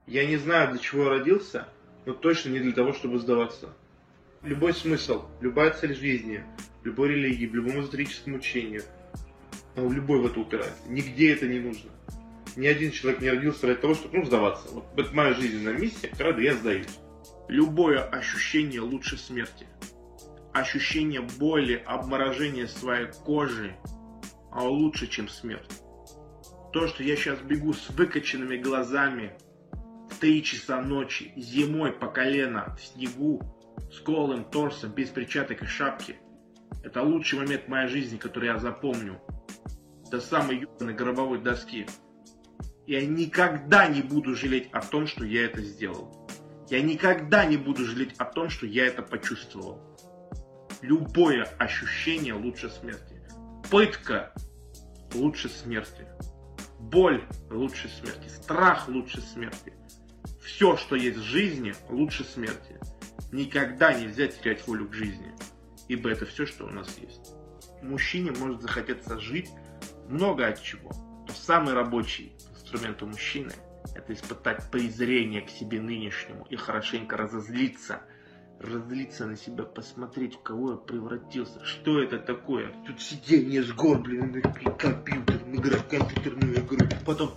Я не знаю, для чего я родился, но точно не для того, чтобы сдаваться. Любой смысл, любая цель жизни, любой религии, в любом эзотерическом учении, в любой в это упирается. Нигде это не нужно. Ни один человек не родился ради того, чтобы сдаваться. Вот это моя жизненная миссия, ради я сдаюсь. Любое ощущение лучше смерти. Ощущение боли, обморожения своей кожи лучше, чем смерть. То, что я сейчас бегу с выкоченными глазами в 3 часа ночи, зимой по колено, в снегу, с голым торсом, без перчаток и шапки, это лучший момент моей жизни, который я запомню. До самой ебаной гробовой доски. Я никогда не буду жалеть о том, что я это сделал. Я никогда не буду жалеть о том, что я это почувствовал. Любое ощущение лучше смерти. Пытка лучше смерти. Боль лучше смерти. Страх лучше смерти. Все, что есть в жизни, лучше смерти. Никогда нельзя терять волю к жизни. Ибо это все, что у нас есть. Мужчине может захотеться жить много от чего. Но самый рабочий инструмент у мужчины — это испытать презрение к себе нынешнему и хорошенько разозлиться. Разлиться на себя, посмотреть, в кого я превратился. Что это такое? Тут сидение сгорбленное, компьютер, играть в компьютерную игру. Потом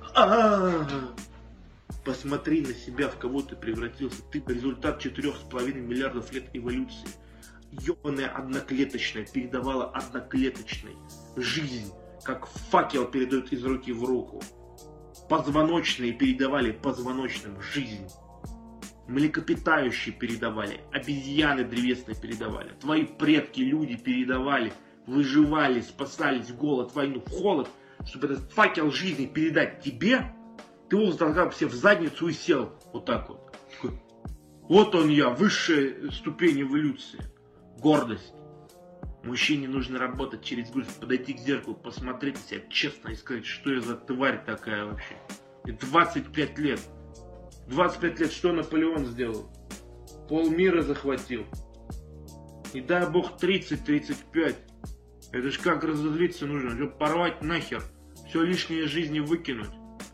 посмотри на себя, в кого ты превратился. Ты результат 4,5 миллиардов лет эволюции. Ёбаная одноклеточная передавала одноклеточной жизнь, как факел передают из руки в руку. Позвоночные передавали позвоночным жизнь. Млекопитающие передавали, обезьяны древесные передавали, твои предки, люди передавали, выживали, спасались в голод, войну, в холод, чтобы этот факел жизни передать тебе, ты его втолкал себе в задницу и сел вот так вот. Вот он я, высшая ступень эволюции, гордость. Мужчине нужно работать через грусть, подойти к зеркалу, посмотреть на себя честно и сказать, что я за тварь такая вообще. И 25 лет. 25 лет что Наполеон сделал? Полмира захватил. И дай бог 30-35. Это ж как разозлиться нужно. Порвать нахер. Все лишнее из жизни выкинуть.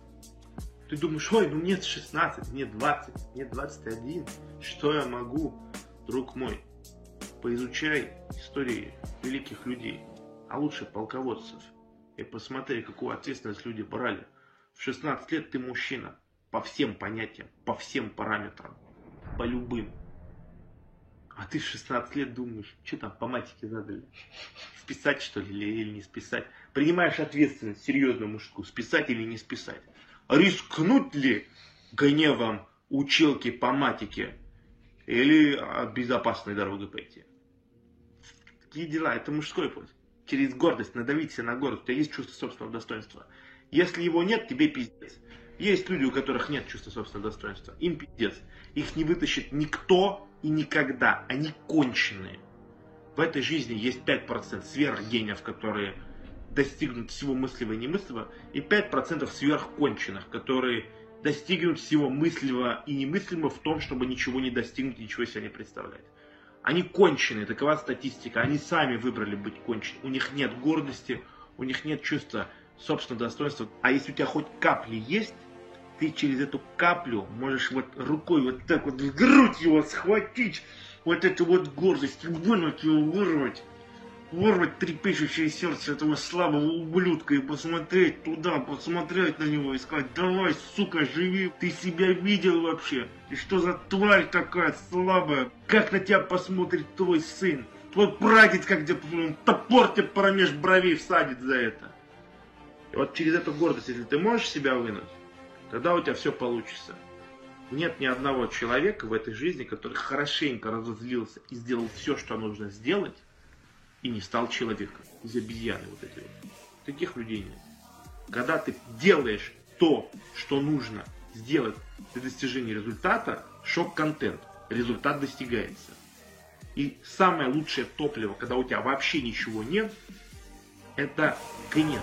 Ты думаешь, ой, ну мне 16, мне 20, мне 21. Что я могу? Друг мой, поизучай истории великих людей, а лучше полководцев. И посмотри, какую ответственность люди брали. В 16 лет ты мужчина. По всем понятиям, по всем параметрам, по любым. А ты в 16 лет думаешь, что там по матике задали? Списать что ли или не списать? Принимаешь ответственность серьезную мужскую, списать или не списать? Рискнуть ли гневом училки по матике или безопасной дорогой пойти? Такие дела, это мужской путь. Через гордость, надавить себе на гордость, у тебя есть чувство собственного достоинства. Если его нет, тебе пиздец. Есть люди, у которых нет чувства собственного достоинства. Им пиздец. Их не вытащит никто и никогда. Они конченые. В этой жизни есть 5% сверхгениев, которые достигнут всего мыслимого и немыслимого. И 5% сверхконченых, которые достигнут всего мыслимого и немыслимого в том, чтобы ничего не достигнуть, ничего себе не представлять. Они конченые, такова статистика. Они сами выбрали быть конченными. У них нет гордости, у них нет чувства собственного достоинства. А если у тебя хоть капли есть, ты через эту каплю можешь вот рукой вот так вот в грудь его схватить, вот эту вот гордость, вынуть его, вырвать трепещущее сердце этого слабого ублюдка и посмотреть туда, посмотреть на него и сказать, давай, сука, живи, ты себя видел вообще? И что за тварь такая слабая? Как на тебя посмотрит твой сын? Твой прадед, как тебе топор тебе промеж бровей всадит за это. И вот через эту гордость, если ты можешь себя вынуть, тогда у тебя все получится. Нет ни одного человека в этой жизни, который хорошенько разозлился и сделал все, что нужно сделать, и не стал человеком. Из обезьяны вот эти вот. Таких людей нет. Когда ты делаешь то, что нужно сделать для достижения результата, шок-контент. Результат достигается. И самое лучшее топливо, когда у тебя вообще ничего нет, это гнев.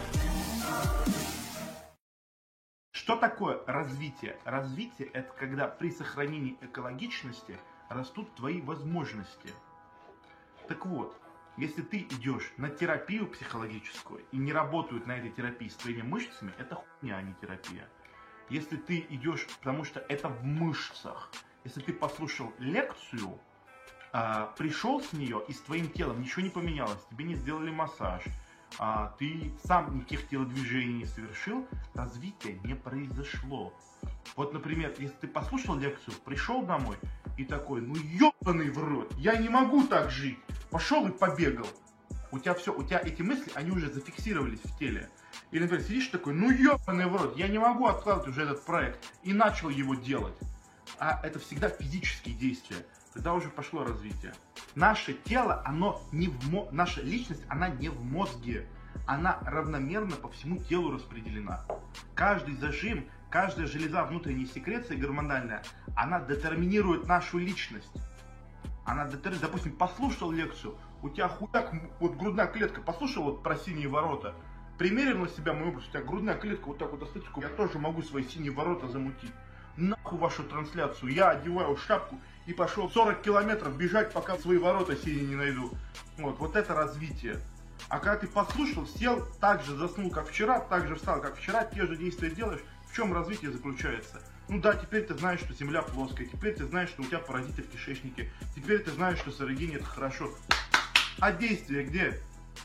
Что такое развитие? Развитие — это когда при сохранении экологичности растут твои возможности. Так вот, если ты идешь на терапию психологическую и не работают на этой терапии с твоими мышцами, это хуйня, а не терапия. если ты идешь, потому что это в мышцах. Если ты послушал лекцию, пришел с нее, и с твоим телом ничего не поменялось, тебе не сделали массаж, ты сам никаких телодвижений не совершил, развития не произошло. Вот, например, если ты послушал лекцию, пришел домой и такой, ну ебаный в рот, я не могу так жить, пошел и побегал. У тебя все, у тебя эти мысли, они уже зафиксировались в теле. Или, например, сидишь такой, ну ебаный в рот, я не могу откладывать уже этот проект, и начал его делать. А это всегда физические действия. Тогда уже пошло развитие. Наше тело, оно не в наша личность, она не в мозге. Она равномерно по всему телу распределена. Каждый зажим, каждая железа внутренней секреции гормональная, она детерминирует нашу личность. Она детерминирует, допустим, послушал лекцию, у тебя хуяк, вот грудная клетка, послушал вот про синие ворота, примерил на себя мой образ, у тебя грудная клетка вот так вот достаточно, я тоже могу свои синие ворота замутить. Нахуй вашу трансляцию, я одеваю шапку и пошел 40 километров бежать, пока свои ворота синие не найду. Вот это развитие. А когда ты послушал, сел, так же заснул, как вчера, так же встал, как вчера, те же действия делаешь, в чем развитие заключается? Ну да, теперь ты знаешь, что Земля плоская, теперь ты знаешь, что у тебя паразиты в кишечнике, теперь ты знаешь, что сырогень это хорошо. А действие где?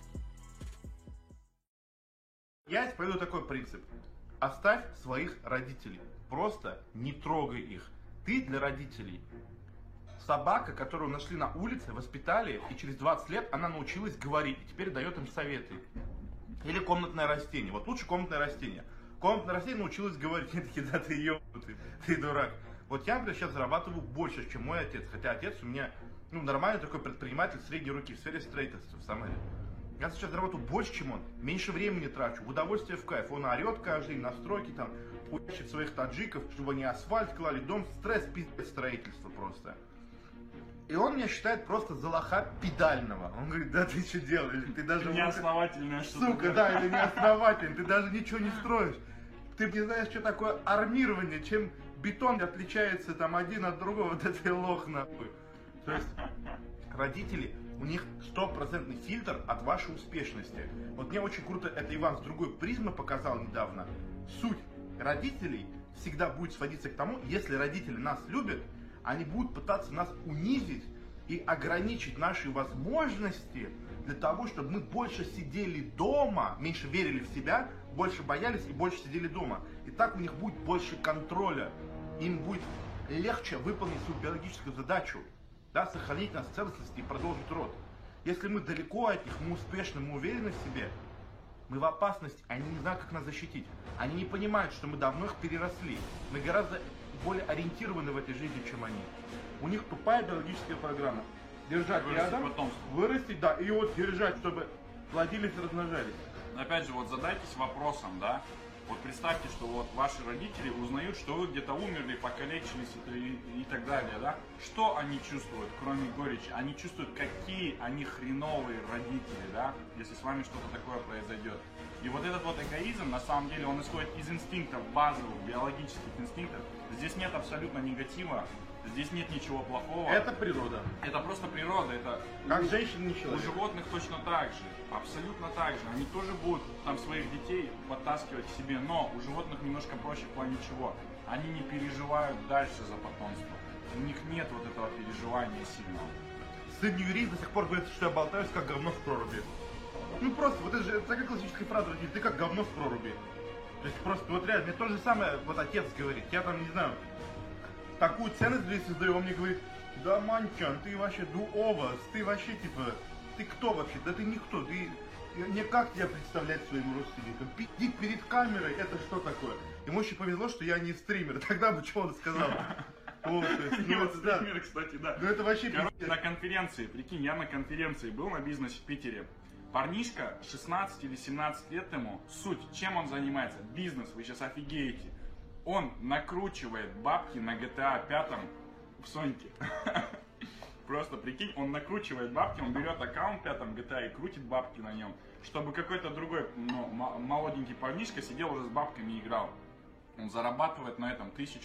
Я исповедую такой принцип. Оставь своих родителей. Просто не трогай их. Ты для родителей собака, которую нашли на улице, воспитали, и через 20 лет она научилась говорить, и теперь дает им советы. Или комнатное растение. Вот лучше комнатное растение. Комнатное растение научилось говорить, они такие, да ты ебаный, ты дурак. Вот я, например, сейчас зарабатываю больше, чем мой отец. Хотя отец у меня, нормальный такой предприниматель средней руки в сфере строительства в Самаре. Я сейчас зарабатываю больше, чем он. Меньше времени трачу, в удовольствие, в кайф. Он орет каждый день на стройке, там, хуячит своих таджиков, чтобы они асфальт клали, дом, стресс, пиздец, строительство просто. И он меня считает просто за лоха педального. Он говорит, да ты что делаешь? Ты даже... Неосновательное что-то. Сука, да, это неосновательно. Ты даже ничего не строишь. Ты не знаешь, что такое армирование, чем бетон отличается там один от другого. Вот это лох нахуй. То есть родители, у них 100% фильтр от вашей успешности. Вот мне очень круто это Иван с другой призмы показал недавно. Суть родителей всегда будет сводиться к тому, если родители нас любят, они будут пытаться нас унизить и ограничить наши возможности для того, чтобы мы больше сидели дома, меньше верили в себя, больше боялись и больше сидели дома. И так у них будет больше контроля. Им будет легче выполнить свою биологическую задачу, да, сохранить нас в целостности и продолжить род. Если мы далеко от них, мы успешны, мы уверены в себе, мы в опасности, они не знают, как нас защитить. Они не понимают, что мы давно их переросли. Мы гораздо более ориентированы в этой жизни, чем они. У них тупая биологическая программа. Держать рядом, вырастить, да, и вот держать, чтобы плодились и размножались. Опять же, вот задайтесь вопросом, да, вот представьте, что вот ваши родители узнают, что вы где-то умерли, покалечились и так далее, да. Что они чувствуют, кроме горечи? Они чувствуют, какие они хреновые родители, да, если с вами что-то такое произойдет. И вот этот вот эгоизм, на самом деле, он исходит из инстинктов, базовых, биологических инстинктов. Здесь нет абсолютно негатива, здесь нет ничего плохого. Это природа. Это просто природа, это... Как женщина, не человек. У животных точно так же, абсолютно так же. Они тоже будут там своих детей подтаскивать к себе, но у животных немножко проще в плане чего. Они не переживают дальше за потомство. У них нет вот этого переживания сильного. Сын юрист до сих пор говорит, что я болтаюсь как говно в проруби. Ну просто, вот это же такая классическая фраза, ты как говно в проруби. То есть просто, вот реально, мне то же самое вот отец говорит, я там, не знаю, такую ценность для создаю, он мне говорит, да, Манчан, ты вообще дуовас, ты вообще, типа, ты кто вообще? Да ты никто, ты, не как тебя представлять своим родственникам? Пиздить перед камерой, это что такое? Ему еще повезло, что я не стример, тогда бы что он сказал? Вот, то есть, ну, это, да. Стример, кстати, да. Ну это вообще... Короче, на конференции, прикинь, я на конференции был на бизнесе в Питере. Парнишка, 16 или 17 лет ему, суть, чем он занимается? Бизнес, вы сейчас офигеете. Он накручивает бабки на GTA 5 в Соньке. Просто прикинь, он накручивает бабки, он берет аккаунт в 5 GTA и крутит бабки на нем, чтобы какой-то другой, молоденький парнишка сидел уже с бабками и играл. Он зарабатывает на этом $1000,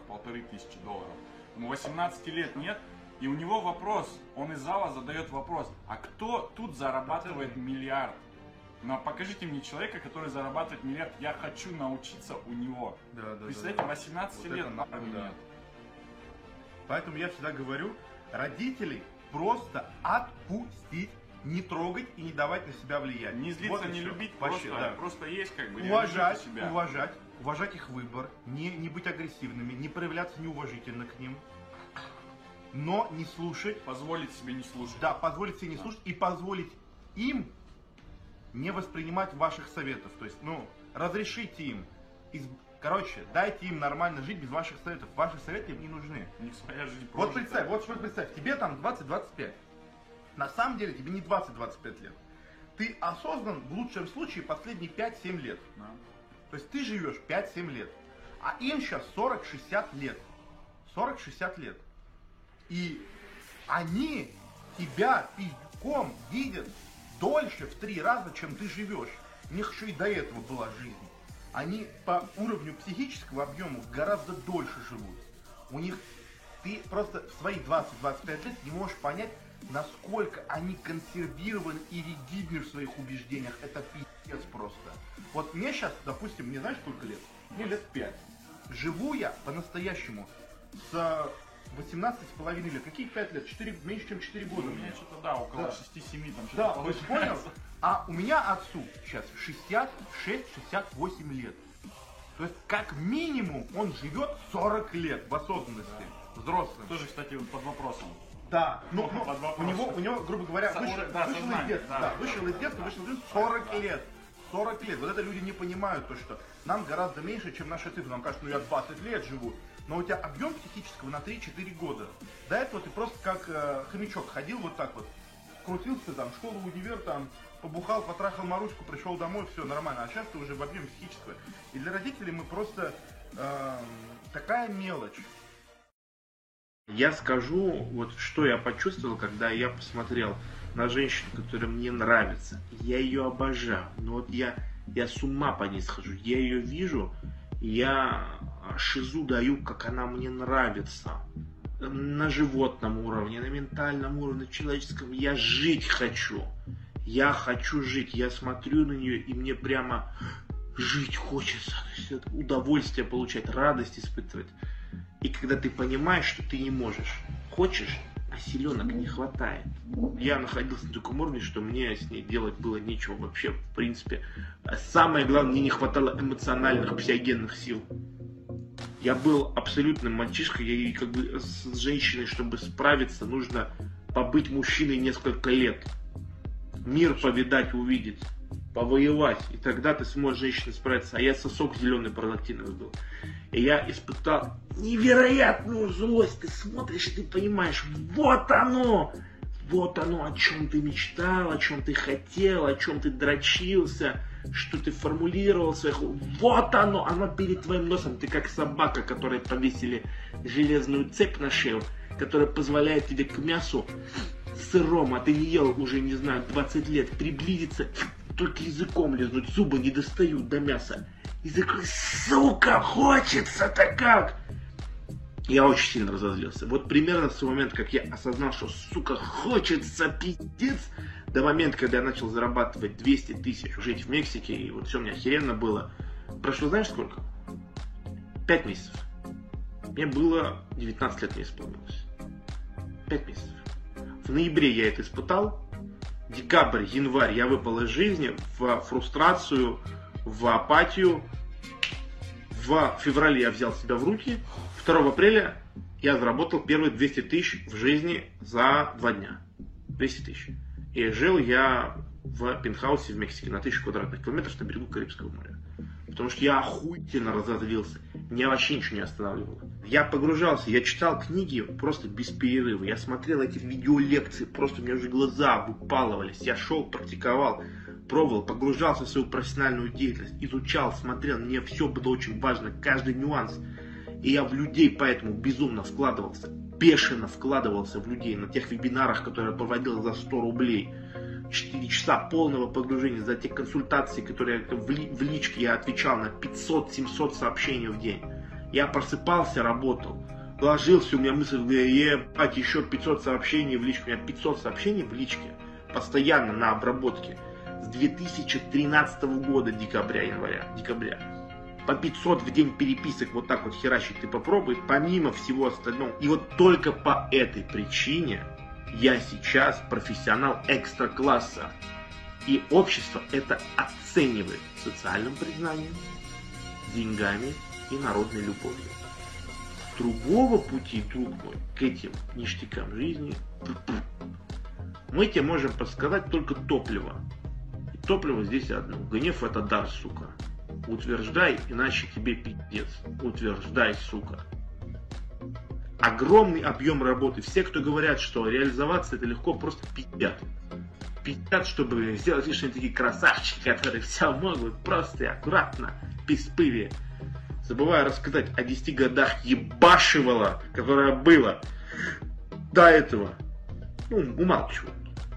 $1500. Ему 18 лет нет. И у него вопрос, он из зала задает вопрос, а кто тут зарабатывает миллиард? Но покажите мне человека, который зарабатывает миллиард. Я хочу научиться у него. Представляете, 18 вот лет. Да. Поэтому я всегда говорю, родителей просто отпустить, не трогать и не давать на себя влиять. Не злиться, вот не любить, вообще, просто есть как бы. Уважать их выбор, не быть агрессивными, не проявляться неуважительно к ним. Но не слушать. Позволить себе не слушать. Да, позволить себе не слушать и позволить им не воспринимать ваших советов. То есть, разрешите им. Короче, дайте им нормально жить без ваших советов. Ваши советы им не нужны. У них своя жизнь вот представь, тебе там 20-25. На самом деле тебе не 20-25 лет. Ты осознан в лучшем случае последние 5-7 лет. Да. То есть ты живешь 5-7 лет. А им сейчас 40-60 лет. 40-60 лет. И они тебя пиздюком видят дольше в 3 раза, чем ты живешь. У них еще и до этого была жизнь. Они по уровню психического объема гораздо дольше живут. У них ты просто в свои 20-25 лет не можешь понять, насколько они консервированы и ригидны в своих убеждениях. Это пиздец просто. Вот мне сейчас, допустим, мне знаешь сколько лет? Мне лет 5. Живу я по-настоящему с 18,5 лет. Какие 5 лет? 4, меньше, чем 4 года. У меня что-то, да, около 6-7 там да, что-то получается. Понял? А у меня отцу сейчас 66-68 лет. То есть, как минимум, он живет 40 лет в осознанности. Да. Взрослым. Тоже, кстати, под вопросом. Да, у него, грубо говоря, вышел из детства, 40 лет. 40 лет. Вот это люди не понимают, то, что нам гораздо меньше, чем наши цифры. Нам кажется, я 20 лет живу. Но у тебя объем психического на 3-4 года. До этого ты просто как хомячок ходил вот так вот. Крутился там, школу, универ, там, побухал, потрахал Маруську, пришел домой, все нормально. А сейчас ты уже в объеме психического. И для родителей мы просто такая мелочь. Я скажу, вот что я почувствовал, когда я посмотрел на женщину, которая мне нравится. Я ее обожаю. Но вот я с ума по ней схожу. Я ее вижу, я шизу даю, как она мне нравится. На животном уровне, на ментальном уровне, на человеческом. Я жить хочу. Я хочу жить. Я смотрю на нее, и мне прямо жить хочется. То есть удовольствие получать, радость испытывать. И когда ты понимаешь, что ты не можешь, хочешь, а силенок не хватает. Я находился на таком уровне, что мне с ней делать было нечего вообще, в принципе. Самое главное, мне не хватало эмоциональных, психогенных сил. Я был абсолютным мальчишкой, и как бы с женщиной, чтобы справиться, нужно побыть мужчиной несколько лет. Мир повидать, увидеть, повоевать. И тогда ты сможешь с женщиной справиться. А я сосок зеленый продуктивный был. И я испытал невероятную злость. Ты смотришь, и ты понимаешь, вот оно, о чем ты мечтал, о чем ты хотел, о чем ты дрочился, что ты формулировал своих. Вот оно перед твоим носом. Ты как собака, которой повесили железную цепь на шею, которая позволяет тебе к мясу сырому, а ты не ел уже, не знаю, 20 лет, приблизиться, только языком лизнуть, зубы не достают до мяса. И такой, сука, хочется-то как? Я очень сильно разозлился. Вот примерно с того момента, как я осознал, что, сука, хочется пиздец, до момента, когда я начал зарабатывать 200 тысяч, жить в Мексике, и вот все у меня охеренно было. Прошло, знаешь, сколько? 5 месяцев. Мне было 19 лет, мне исполнилось. 5 месяцев. В ноябре я это испытал. Декабрь, январь я выпал из жизни в фрустрацию, в апатию. В феврале я взял себя в руки. 2 апреля я заработал первые 200 тысяч в жизни за 2 дня. 200 тысяч. И жил я в пентхаусе в Мексике на 1000 квадратных километров на берегу Карибского моря. Потому что я охуительно разозлился. Меня вообще ничего не останавливало. Я погружался, я читал книги просто без перерыва. Я смотрел эти видеолекции, просто у меня уже глаза выпалывались. Я шел, практиковал, пробовал, погружался в свою профессиональную деятельность, изучал, смотрел. Мне все было очень важно, каждый нюанс. И я в людей поэтому безумно вкладывался, бешено вкладывался в людей на тех вебинарах, которые я проводил за 100 рублей. 4 часа полного погружения, за те консультации, которые в личке я отвечал на 500-700 сообщений в день. Я просыпался, работал, ложился, у меня мысль в голове, ебать, еще 500 сообщений в личке. У меня 500 сообщений в личке, постоянно на обработке. с 2013 года, декабря. По 500 в день переписок вот так вот херачить ты попробуй, помимо всего остального. И вот только по этой причине я сейчас профессионал экстра-класса. И общество это оценивает социальным признанием, деньгами и народной любовью. Другого пути, друг мой, к этим ништякам жизни мы тебе можем подсказать только топливо. И топливо здесь одно. Гнев это дар, сука. Утверждай, иначе тебе пиздец. Утверждай, сука. Огромный объем работы. Все, кто говорят, что реализоваться это легко, просто пиздят. Пиздят, чтобы сделать лишние такие красавчики, которые все могут просто и аккуратно, без пыли. Забываю рассказать о 10 годах ебашивала, которое было до этого. Умалчиваю.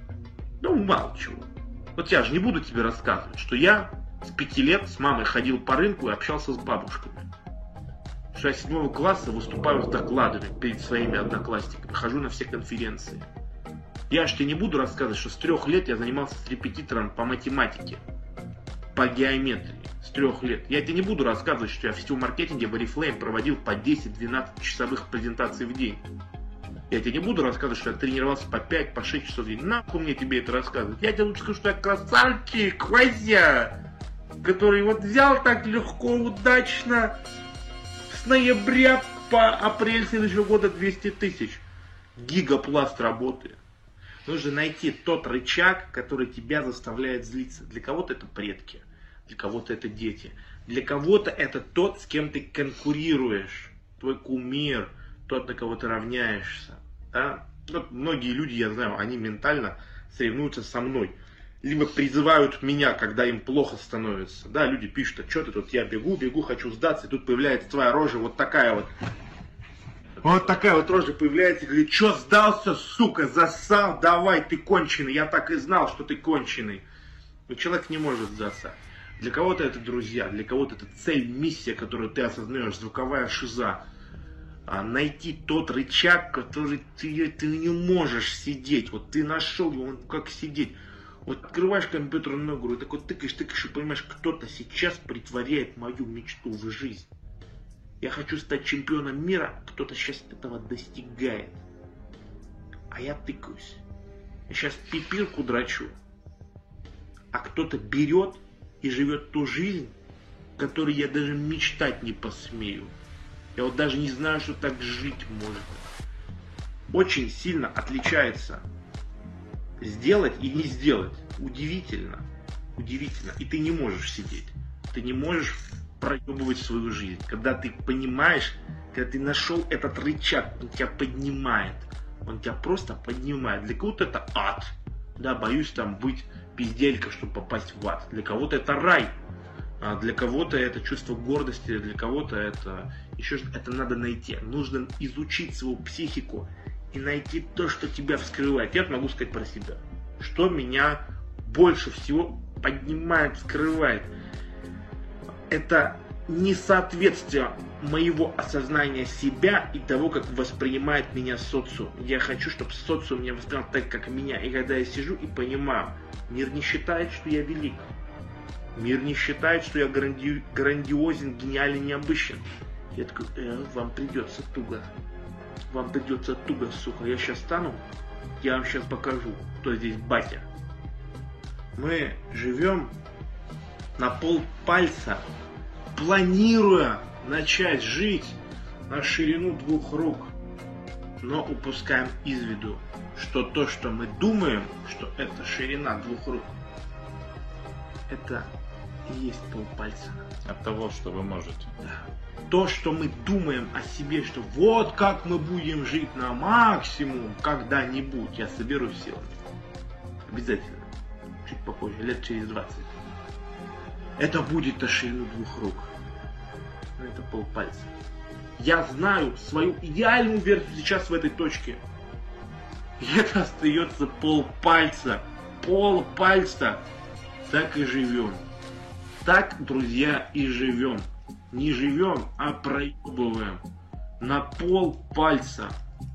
Вот я же не буду тебе рассказывать, что я с 5 лет с мамой ходил по рынку и общался с бабушками. Что я с 7 класса выступаю с докладами перед своими одноклассниками, хожу на все конференции. Я же тебе не буду рассказывать, что с 3 лет я занимался с репетитором по математике, по геометрии. С 3 лет. Я тебе не буду рассказывать, что я в сетевом маркетинге в Oriflame проводил по 10-12 часовых презентаций в день. Я тебе не буду рассказывать, что я тренировался по 5-6 часов в день. Нахуй мне тебе это рассказывать? Я тебе лучше скажу, что я красавчик, Вася, который вот взял так легко, удачно, с ноября по апрель следующего года 200 тысяч. Гигапласт работы. Нужно найти тот рычаг, который тебя заставляет злиться. Для кого-то это предки, для кого-то это дети, для кого-то это тот, с кем ты конкурируешь, твой кумир, тот, на кого ты равняешься. Да? Вот многие люди, я знаю, они ментально соревнуются со мной. Либо призывают меня, когда им плохо становится. Да, люди пишут, а что ты тут, я бегу, хочу сдаться, и тут появляется твоя рожа вот такая вот. Вот такая вот рожа появляется и говорит, что сдался, сука, зассал, давай, ты конченый, я так и знал, что ты конченый. Но человек не может сдаться. Для кого-то это друзья, для кого-то это цель, миссия, которую ты осознаешь, звуковая шиза. Найти тот рычаг, который ты не можешь сидеть. Вот ты нашел его, как сидеть. Вот открываешь компьютерную игру и такой тыкаешь и понимаешь, кто-то сейчас притворяет мою мечту в жизнь. Я хочу стать чемпионом мира, кто-то сейчас этого достигает. А я тыкаюсь. Я сейчас пипирку драчу. А кто-то берет и живет ту жизнь, которой я даже мечтать не посмею. Я вот даже не знаю, что так жить можно. Очень сильно отличается сделать и не сделать. Удивительно. Удивительно. И ты не можешь сидеть. Ты не можешь проебывать свою жизнь. Когда ты понимаешь, когда ты нашел этот рычаг, он тебя поднимает. Он тебя просто поднимает. Для кого-то это ад. Да, боюсь там быть пизделька, чтобы попасть в ад. Для кого-то это рай. А для кого-то это чувство гордости, для кого-то это еще что-то. Это надо найти. Нужно изучить свою психику и найти то, что тебя вскрывает. Я могу сказать про себя. Что меня больше всего поднимает, вскрывает. Это несоответствие моего осознания себя и того, как воспринимает меня социум. Я хочу, чтобы социум меня воспринимал так, как меня. И когда я сижу и понимаю, мир не считает, что я велик. Мир не считает, что я грандиозен, гениален, необычен. Я такой, вам придется туго. Вам придется туго, сука. Я сейчас стану, я вам сейчас покажу, кто здесь батя. Мы живем на полпальца, планируя начать жить на ширину 2 рук. Но упускаем из виду, что то, что мы думаем, что это ширина 2 рук, это и есть полпальца. От того, что вы можете. Да. То, что мы думаем о себе, что вот как мы будем жить на максимум когда-нибудь, я соберусь силами. Обязательно. Чуть попозже, лет через 20. Это будет на ширину 2 рук. Но это полпальца. Я знаю свою идеальную версию сейчас в этой точке. И это остается полпальца. Полпальца. Так и живем. Так, друзья, и живем. Не живем, а проебываем. На полпальца.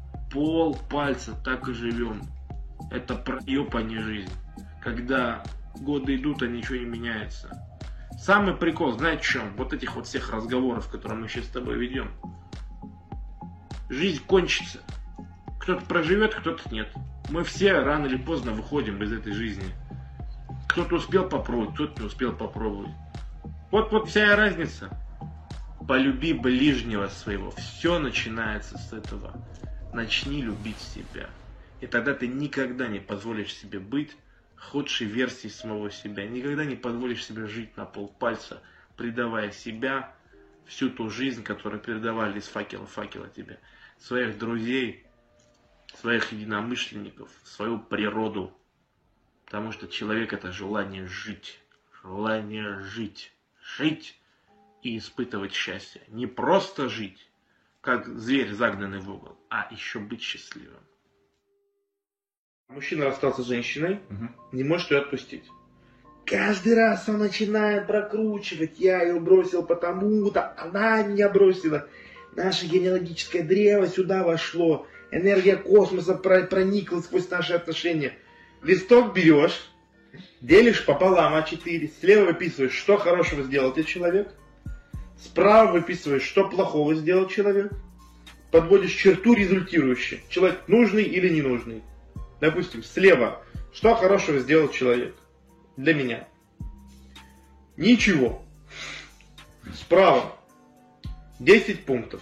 Полпальца. Так и живем. Это проеб, а не жизнь. Когда Годы идут, а ничего не меняется. Самый прикол, знаете в чем? Вот этих вот всех разговоров, которые мы сейчас с тобой ведем. Жизнь кончится. Кто-то проживет, кто-то нет. Мы все рано или поздно выходим из этой жизни. Кто-то успел попробовать, кто-то не успел попробовать. Вот вся и разница. Полюби ближнего своего. Все начинается с этого. Начни любить себя. И тогда ты никогда не позволишь себе быть худшей версией самого себя. Никогда не позволишь себе жить на полпальца, предавая себя, всю ту жизнь, которую передавали из факела в факела тебе. Своих друзей, своих единомышленников, свою природу. Потому что человек — это желание жить. Желание жить. Жить и испытывать счастье. Не просто жить, как зверь, загнанный в угол, а еще быть счастливым. Мужчина расстался с женщиной, не может ее отпустить. Каждый раз он начинает прокручивать: я ее бросил потому-то, она меня бросила. Наше генеалогическое древо сюда вошло. Энергия космоса проникла сквозь наши отношения. Листок берешь, делишь пополам А4. Слева выписываешь, что хорошего сделал тебе человек. Справа выписываешь, что плохого сделал человек. Подводишь черту результирующую. Человек нужный или ненужный. Допустим, слева, что хорошего сделал человек для меня? Ничего. Справа 10 пунктов.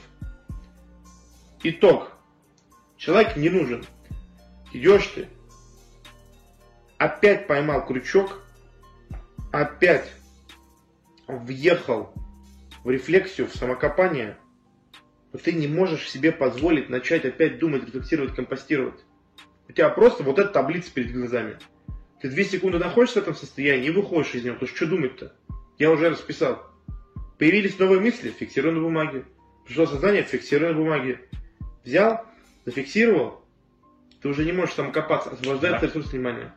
Итог. Человек не нужен. Идешь ты. Опять поймал крючок. Опять въехал в рефлексию, в самокопание. Но ты не можешь себе позволить начать опять думать, рефлексировать, компостировать. У тебя просто вот эта таблица перед глазами. Ты 2 секунды находишься в этом состоянии и выходишь из него. Потому что что думать-то? Я уже расписал. Появились новые мысли, фиксируй на бумаге. Пришло сознание, фиксируй на бумаге. Взял, зафиксировал. Ты уже не можешь там копаться, освобождается ресурс внимания.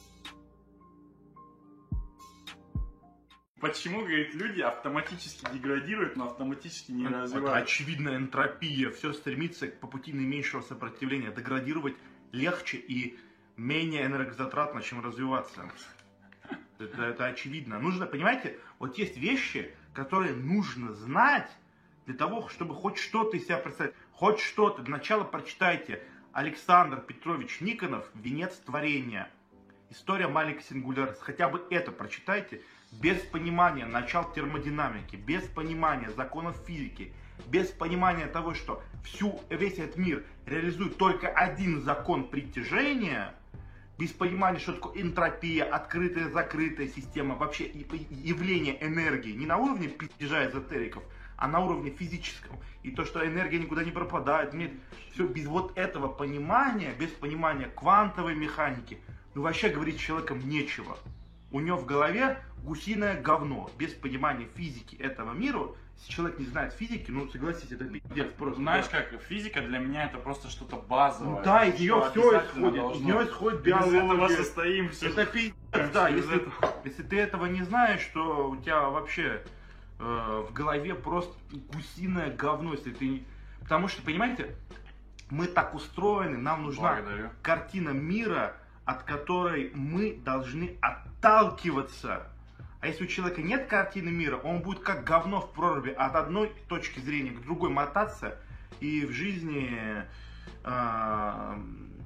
Почему, говорит, люди автоматически деградируют, но автоматически не развиваются? Очевидная энтропия. Все стремится по пути наименьшего сопротивления. Деградировать легче и менее энергозатратно, чем развиваться. Это очевидно. Нужно, понимаете, вот есть вещи, которые нужно знать для того, чтобы хоть что-то из себя представить. Хоть что-то. Для начала прочитайте Александр Петрович Никонов «Венец творения». История маленькой сингулярности. Хотя бы это прочитайте. Без понимания начал термодинамики, без понимания законов физики, без понимания того, что весь этот мир реализует только один закон притяжения, без понимания, что такое энтропия, открытая, закрытая система, вообще явление энергии, не на уровне пиздежа эзотериков, а на уровне физическом. И то, что энергия никуда не пропадает, все без вот этого понимания, без понимания квантовой механики, ну вообще говорить с человеком нечего. У него в голове гусиное говно, без понимания физики этого мира. Если человек не знает физики, ну согласитесь, это пиздец просто. Знаешь как, физика для меня это просто что-то базовое. Ну, да, из нее все исходит, из нее исходит биология. Из этого состоим все. Это пиздец, да, если ты этого не знаешь, то у тебя вообще в голове просто гусиное говно, если ты... Потому что, понимаете, мы так устроены, нам нужна картина мира, от которой мы должны отталкиваться. А если у человека нет картины мира, он будет как говно в проруби от одной точки зрения к другой мотаться, и в жизни так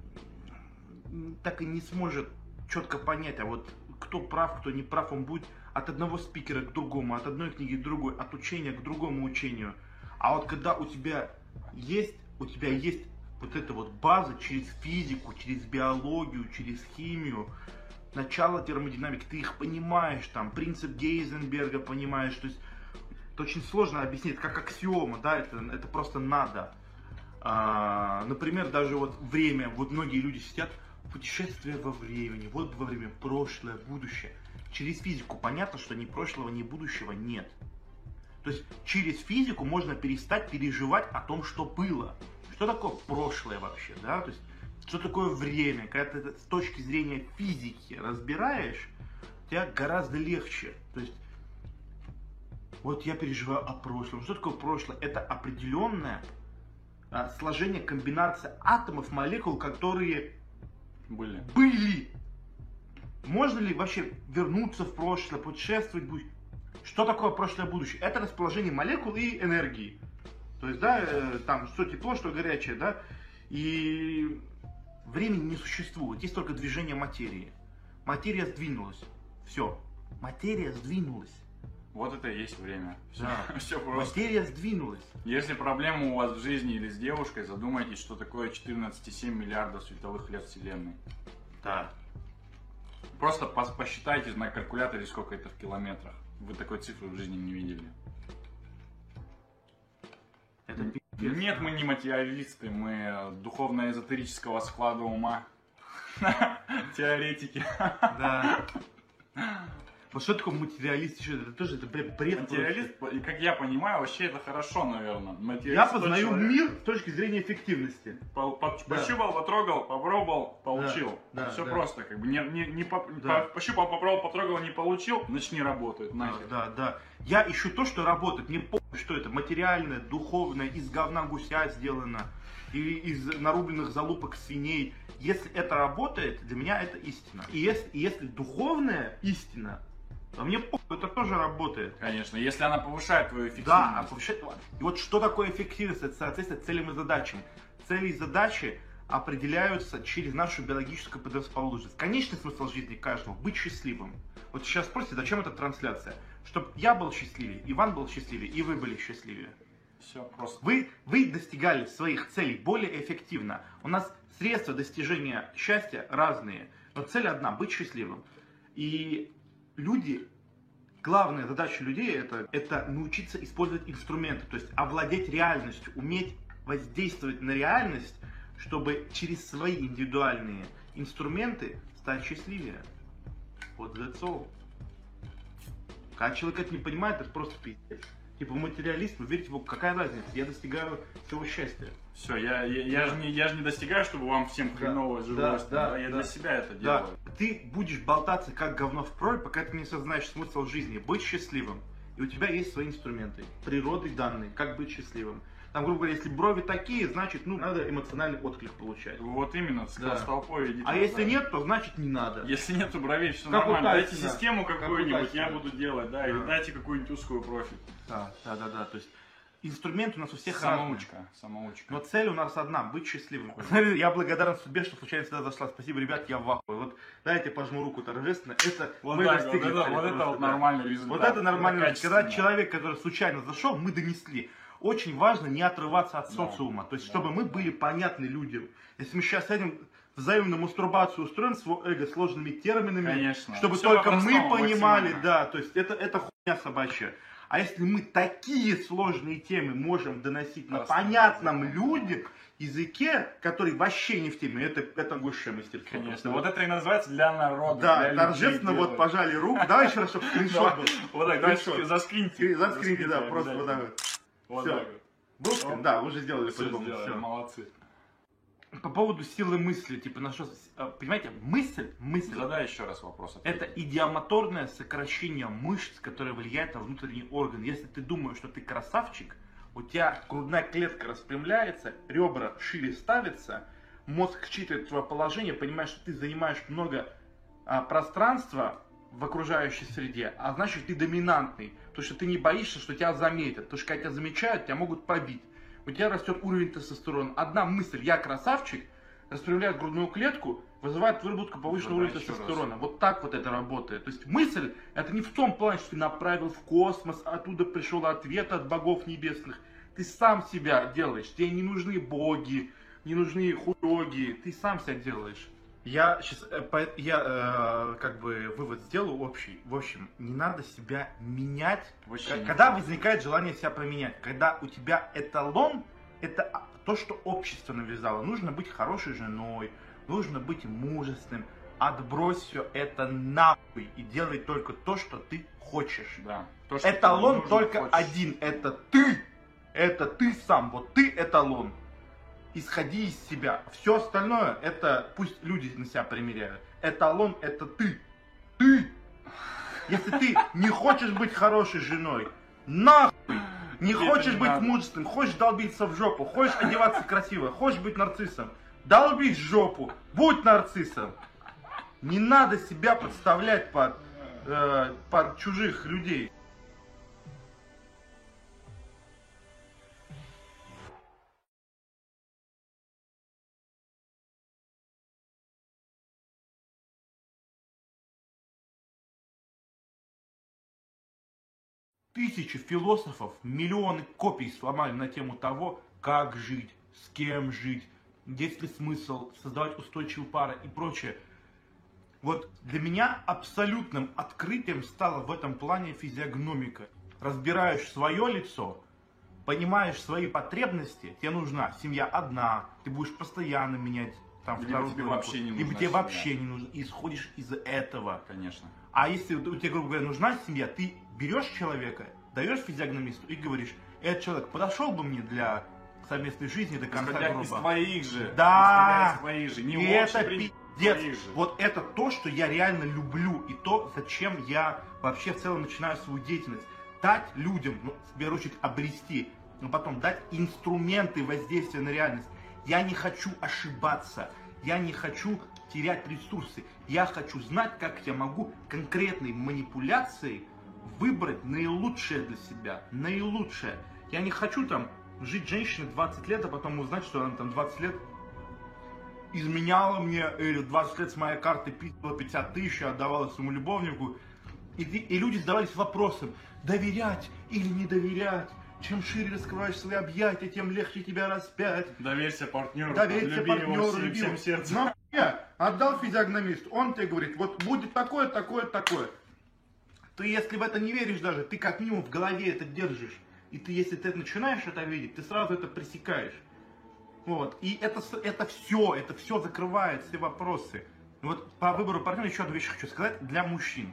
и не сможет четко понять, а вот кто прав, кто не прав. Он будет от одного спикера к другому, от одной книги к другой, от учения к другому учению. А вот когда у тебя есть вот эта вот база через физику, через биологию, через химию, начало термодинамики, ты их понимаешь, там, принцип Гейзенберга понимаешь, то есть это очень сложно объяснить, это как аксиома, да, это просто надо. Например, даже вот время, вот многие люди сидят, путешествие во времени, вот во время прошлое, будущее. Через физику понятно, что ни прошлого, ни будущего нет. То есть через физику можно перестать переживать о том, что было. Что такое прошлое вообще, да? То есть, что такое время? Когда ты с точки зрения физики разбираешь, тебе гораздо легче. То есть, вот я переживаю о прошлом. Что такое прошлое? Это определенное сложение, комбинация атомов, молекул, которые были. Можно ли вообще вернуться в прошлое, путешествовать? Что такое прошлое и будущее? Это расположение молекул и энергии. То есть, да, там, что тепло, что горячее, да. И времени не существует, есть только движение материи. Материя сдвинулась. Все. Материя сдвинулась. Вот это и есть время. Все, Да. все просто. Материя сдвинулась. Если проблема у вас в жизни или с девушкой, задумайтесь, что такое 14,7 миллиардов световых лет Вселенной. Да. Просто посчитайте на калькуляторе, сколько это в километрах. Вы такой цифры в жизни не видели. Это пиздец. Нет, мы не материалисты, мы духовно-эзотерического склада ума. Теоретики. Да. Вот что такое материалист? Это тоже это бред. Материалист, и как я понимаю, вообще это хорошо, наверное. Я познаю мир с точки зрения эффективности. Пощупал, потрогал, попробовал, получил. Да, Все да. просто, как бы Да. пощупал, попробовал, потрогал, не получил, значит не работает. Да, Нахер. да. Я ищу то, что работает. Мне похуй, что это материальное, духовное, из говна гуся сделано, или из нарубленных залупок свиней. Если это работает, для меня это истина. И если духовная истина, то мне похуй, это тоже работает. Конечно, если она повышает твою эффективность. Да, повышает. И вот что такое эффективность? Это соответственно целям и задачам. Цели и задачи определяются через нашу биологическую предрасположенность. Конечный смысл жизни каждого – быть счастливым. Вот сейчас спросите, зачем эта трансляция? Чтобы я был счастливее, Иван был счастливее, и вы были счастливее. Все просто. Вы достигали своих целей более эффективно. У нас средства достижения счастья разные, но цель одна – быть счастливым. И люди, главная задача людей это научиться использовать инструменты, то есть овладеть реальностью, уметь воздействовать на реальность, чтобы через свои индивидуальные инструменты стать счастливее. Вот that's all. Когда человек это не понимает, это просто пиздец. Типа материалист, вы верите в Бога, какая разница? Я достигаю своего счастья. Все, я же не достигаю, чтобы вам всем хреново жилось. Я для себя это делаю. Ты будешь болтаться как говно в проль, пока ты не осознаешь смысл жизни. Быть счастливым. И у тебя есть свои инструменты. Природой данные, как быть счастливым. Там, грубо говоря, если брови такие, значит, надо эмоциональный отклик получать. Вот именно, с толпой идите. А если нет, то значит не надо. Если нету бровей, все Как нормально. у Дайте Тайсона. систему Как у какую-нибудь, я Тайсона. буду делать, да, или дайте какую-нибудь узкую профиль. Да. То есть инструмент у нас у всех разный. Самоучка. Но цель у нас одна, быть счастливым. Я благодарен судьбе, что случайно сюда зашла. Спасибо, ребят, я в ахуе. Вот дайте пожму руку торжественно. Это Вот мы так, достигли цели вот это просто, вот да. нормальный результат. Вот это нормально. Качественно. Когда человек, который случайно зашел, мы донесли. Очень важно не отрываться от социума. То есть, чтобы мы были понятны людям. Если мы сейчас сядем взаимную мастурбацию устроим своего эго сложными терминами, Конечно. чтобы Всё только мы по-простому, понимали, максимально. да, то есть это хуйня собачья. А если мы такие сложные темы можем доносить на понятном людям языке, который вообще не в теме, это высшее мастерство. Конечно. Вот это и называется для народа. Да, для торжественно людей вот пожали руку. Давай еще раз, чтобы скриншот был. Вот так, Скриншот. заскриньте. Заскриньте, да, просто вот так вот. Вот Всё. так вот. Был скрин? Да, уже сделали Всё по-любому. сделали, Всё. молодцы. По поводу силы мысли, типа на что, понимаете, мысль, Задай еще раз вопрос. это идиомоторное сокращение мышц, которое влияет на внутренний орган. Если ты думаешь, что ты красавчик, у тебя грудная клетка распрямляется, ребра шире ставятся, мозг считывает твое положение, понимаешь, что ты занимаешь много пространства в окружающей среде, а значит ты доминантный, потому что ты не боишься, что тебя заметят, потому что когда тебя замечают, тебя могут побить. У тебя растет уровень тестостерона. Одна мысль «я красавчик» распрямляет грудную клетку, вызывает выработку повышенного уровня тестостерона. Вот так вот это работает. То есть мысль это не в том плане, что ты направил в космос, оттуда пришел ответ от богов небесных. Ты сам себя делаешь. Тебе не нужны боги, не нужны хуёги. Ты сам себя делаешь. Я сейчас, как бы вывод сделаю общий. В общем, не надо себя менять, когда возникает желание себя поменять. Когда у тебя эталон, это то, что общество навязало. Нужно быть хорошей женой, нужно быть мужественным. Отбрось все это нахуй и делай только то, что ты хочешь. Да. То, что Эталон ты только хочешь. один, это ты. Это ты сам, вот ты эталон. Исходи из себя. Все остальное, это пусть люди на себя примеряют. Эталон это ты. Ты. Если ты не хочешь быть хорошей женой, нахуй. Не хочешь быть мужественным, хочешь долбиться в жопу, хочешь одеваться красиво, хочешь быть нарциссом, долбись в жопу, будь нарциссом. Не надо себя подставлять под чужих людей. Тысячи философов, миллионы копий сломали на тему того, как жить, с кем жить, есть ли смысл создавать устойчивые пары и прочее. Вот для меня абсолютным открытием стала в этом плане физиогномика. Разбираешь свое лицо, понимаешь свои потребности, тебе нужна семья одна, ты будешь постоянно менять там вторую тебе вообще не нужна либо тебе семья. вообще не нужно, и исходишь из этого. Конечно. А если у тебя, грубо говоря, нужна семья, ты берешь человека, даешь физиогномисту и говоришь, этот человек подошел бы мне для совместной жизни до конца, Исходя грубо. из твоих же. Да. Исходя из твоих же. Не И это твоих пиздец. же. Вот это то, что я реально люблю, и то, зачем я вообще в целом начинаю свою деятельность. Дать людям, ну, в первую очередь, обрести, но потом дать инструменты воздействия на реальность. Я не хочу ошибаться, я не хочу терять ресурсы. Я хочу знать, как я могу конкретной манипуляцией выбрать наилучшее для себя. Наилучшее. Я не хочу там жить женщиной 20 лет, а потом узнать, что она там 20 лет изменяла мне, или 20 лет с моей карты писала 50 тысяч, отдавала своему любовнику. И люди задавались вопросом, доверять или не доверять. Чем шире раскрываешь свои объятия, тем легче тебя распять. Доверься партнеру. Доверься люби его партнеру, всем, люби всем его. сердцем. Но я отдал физиогномисту, он тебе говорит, вот будет такое, такое, такое. Ты, если в это не веришь даже, ты как минимум в голове это держишь. И ты, если ты начинаешь это видеть, ты сразу это пресекаешь. Вот. И это все закрывает все вопросы. Вот по выбору партнера еще одну вещь хочу сказать для мужчин.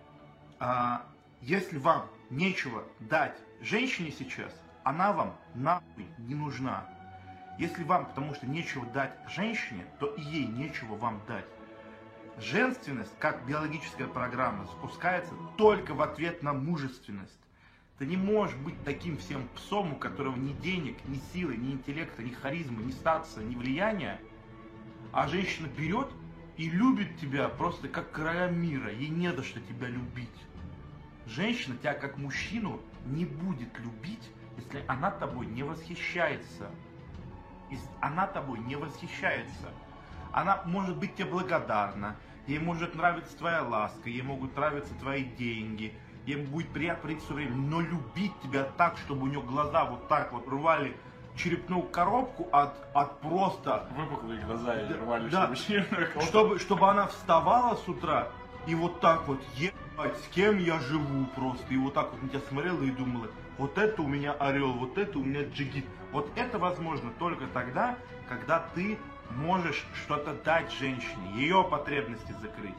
Если вам нечего дать женщине сейчас, она вам нахуй не нужна. Если вам, потому что нечего дать женщине, то и ей нечего вам дать. Женственность, как биологическая программа, запускается только в ответ на мужественность. Ты не можешь быть таким всем псом, у которого ни денег, ни силы, ни интеллекта, ни харизмы, ни статуса, ни влияния. А женщина берет и любит тебя просто как короля мира. Ей не за что тебя любить. Женщина тебя как мужчину не будет любить, если она тобой не восхищается. Если она тобой не восхищается. Она может быть тебе благодарна, ей может нравиться твоя ласка, ей могут нравиться твои деньги, ей будет приятно прийти все время, но любить тебя так, чтобы у нее глаза вот так вот рвали черепную коробку от просто... Выпуклые глаза и рвали, Да. Чтобы она вставала с утра и вот так вот, ебать, с кем я живу просто, и вот так вот на тебя смотрела и думала, вот это у меня орел, вот это у меня джигит. Вот это возможно только тогда, когда ты можешь что-то дать женщине, ее потребности закрыть.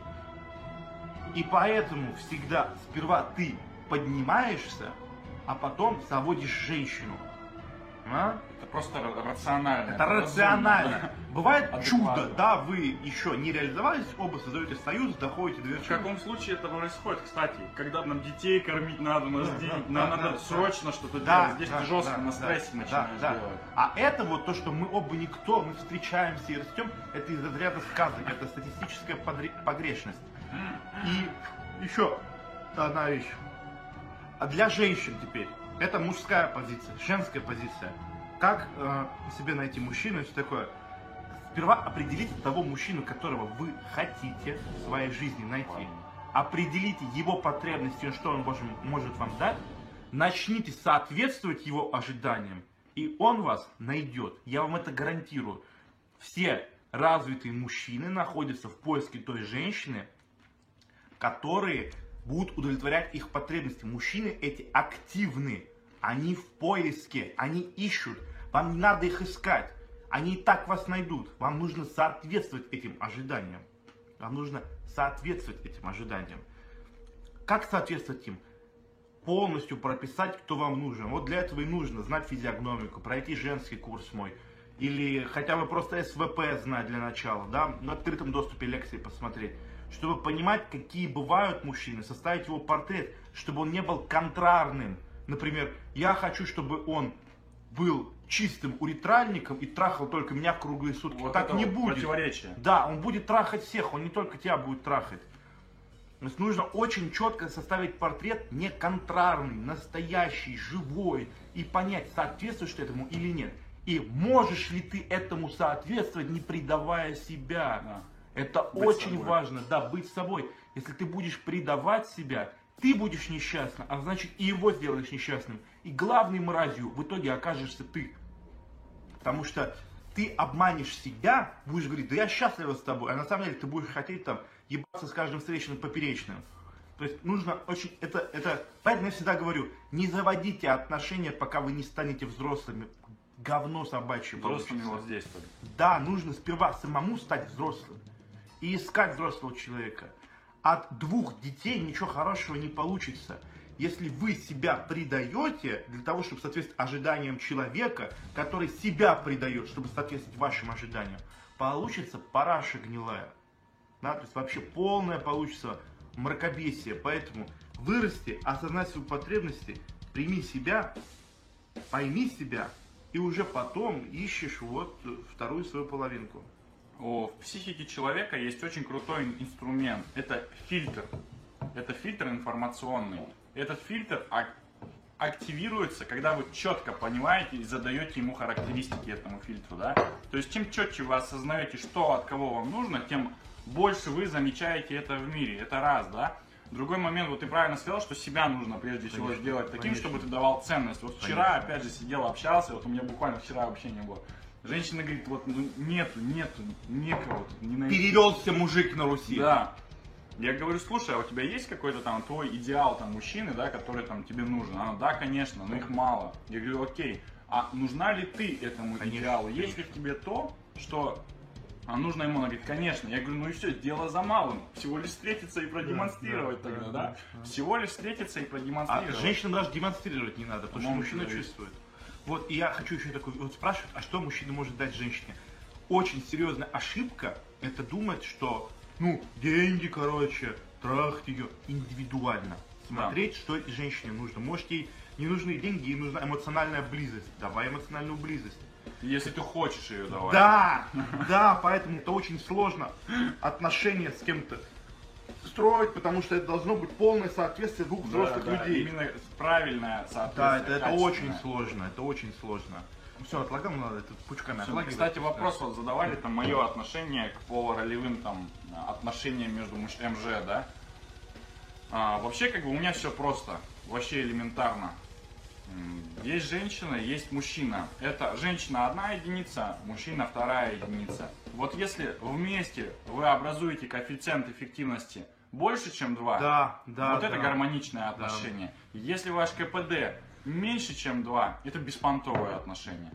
И поэтому всегда сперва ты поднимаешься, а потом заводишь женщину. Это просто рационально. Это рационально. Бывает Адекватно. чудо, да, вы еще не реализовались, оба создаете союз, доходите до В вершины. каком случае это происходит, кстати? Когда нам детей кормить надо, у нас денег, да, надо да, срочно что-то Да, делать. Здесь да, ты жестко да, на стрессе да, начинаешь да. делать. А это вот то, что мы оба никто, мы встречаемся и растем, это из разряда сказок, это статистическая погрешность. И еще одна вещь. А для женщин теперь, это мужская позиция, женская позиция. Как себе найти мужчину и все такое? Сперва определите того мужчину, которого вы хотите в своей жизни найти. Определите его потребности, что он может вам дать. Начните соответствовать его ожиданиям, и он вас найдет. Я вам это гарантирую. Все развитые мужчины находятся в поиске той женщины, которые будут удовлетворять их потребности. Мужчины эти активны. Они в поиске, они ищут. Вам не надо их искать. Они и так вас найдут. Вам нужно соответствовать этим ожиданиям. Вам нужно соответствовать этим ожиданиям. Как соответствовать им? Полностью прописать, кто вам нужен. Вот для этого и нужно знать физиогномику, пройти женский курс мой. Или хотя бы просто СВП знать для начала. Да? На открытом доступе лекции посмотреть. Чтобы понимать, какие бывают мужчины. Составить его портрет, чтобы он не был контрарным. Например, я хочу, чтобы он был чистым уретральником и трахал только меня круглые сутки. Вот так это не вот будет. противоречие. Да, он будет трахать всех, он не только тебя будет трахать. То есть нужно очень четко составить портрет не контрарный, настоящий, живой, и понять, соответствуешь ты этому или нет. И можешь ли ты этому соответствовать, не предавая себя. Да. Это Быть очень собой. важно, да, быть собой. Если ты будешь предавать себя, ты будешь несчастным, а значит и его сделаешь несчастным. И главной мразью в итоге окажешься ты. Потому что ты обманешь себя, будешь говорить, да я счастлива с тобой, а на самом деле ты будешь хотеть там ебаться с каждым встречным поперечным. То есть нужно очень, поэтому я всегда говорю, не заводите отношения, пока вы не станете взрослыми. Говно собачье Взрослыми получится. вот здесь только. Да, нужно сперва самому стать взрослым и искать взрослого человека. От 2 детей ничего хорошего не получится. Если вы себя предаете для того, чтобы соответствовать ожиданиям человека, который себя предает, чтобы соответствовать вашим ожиданиям, получится параша гнилая. Да, то есть вообще полное получится мракобесие. Поэтому вырасти, осознай свои потребности, прими себя, пойми себя, и уже потом ищешь вот вторую свою половинку. В психике человека есть очень крутой инструмент. Это фильтр. Это фильтр информационный. Этот фильтр активируется, когда вы четко понимаете и задаете ему характеристики этому фильтру. Да? То есть чем четче вы осознаете, что от кого вам нужно, тем больше вы замечаете это в мире. Это раз, да? Другой момент, вот ты правильно сказал, что себя нужно прежде всего сделать таким, конечно. чтобы ты давал ценность. Вот вчера, опять же, сидел, общался, вот у меня буквально вчера вообще не было. Женщина говорит, вот ну, нету, некого тут, не найти. Перевелся мужик на Руси. Да. Я говорю, слушай, а у тебя есть какой-то там твой идеал там мужчины, да, который там тебе нужен? Она, да, конечно, но их мало. Я говорю, окей, а нужна ли ты этому Конечно, идеалу? Есть ли в тебе то, что нужно ему? Она говорит, конечно. Я говорю, ну и все, дело за малым. Всего лишь встретиться и продемонстрировать тогда, да? Всего лишь встретиться и А продемонстрировать. женщинам даже демонстрировать не надо, потому что По-моему, мужчина да, чувствует. Вот, и я хочу еще такой, вот спрашивают, а что мужчина может дать женщине? Очень серьезная ошибка, это думать, что, ну, деньги, короче, трахать ее индивидуально. Смотреть, что этой женщине нужно. Может, ей не нужны деньги, ей нужна эмоциональная близость. Давай эмоциональную близость. Если ты хочешь ее давать. Да, да, поэтому это очень сложно отношения с кем-то строить, потому что это должно быть полное соответствие двух взрослых людей. Именно правильное Да, соответствие. это очень сложно, это очень сложно. Все, отлагаем, надо это пучками отлагивать. Кстати, вопрос вот задавали, там, мое отношение к полуролевым там отношениям между МЖ, да? Вообще, как бы, у меня все просто, вообще элементарно. Есть женщина, есть мужчина. Это женщина одна единица, мужчина вторая единица. Вот если вместе вы образуете коэффициент эффективности больше, чем 2, да, вот это гармоничное отношение. Если ваш КПД меньше, чем 2, это беспонтовое отношение.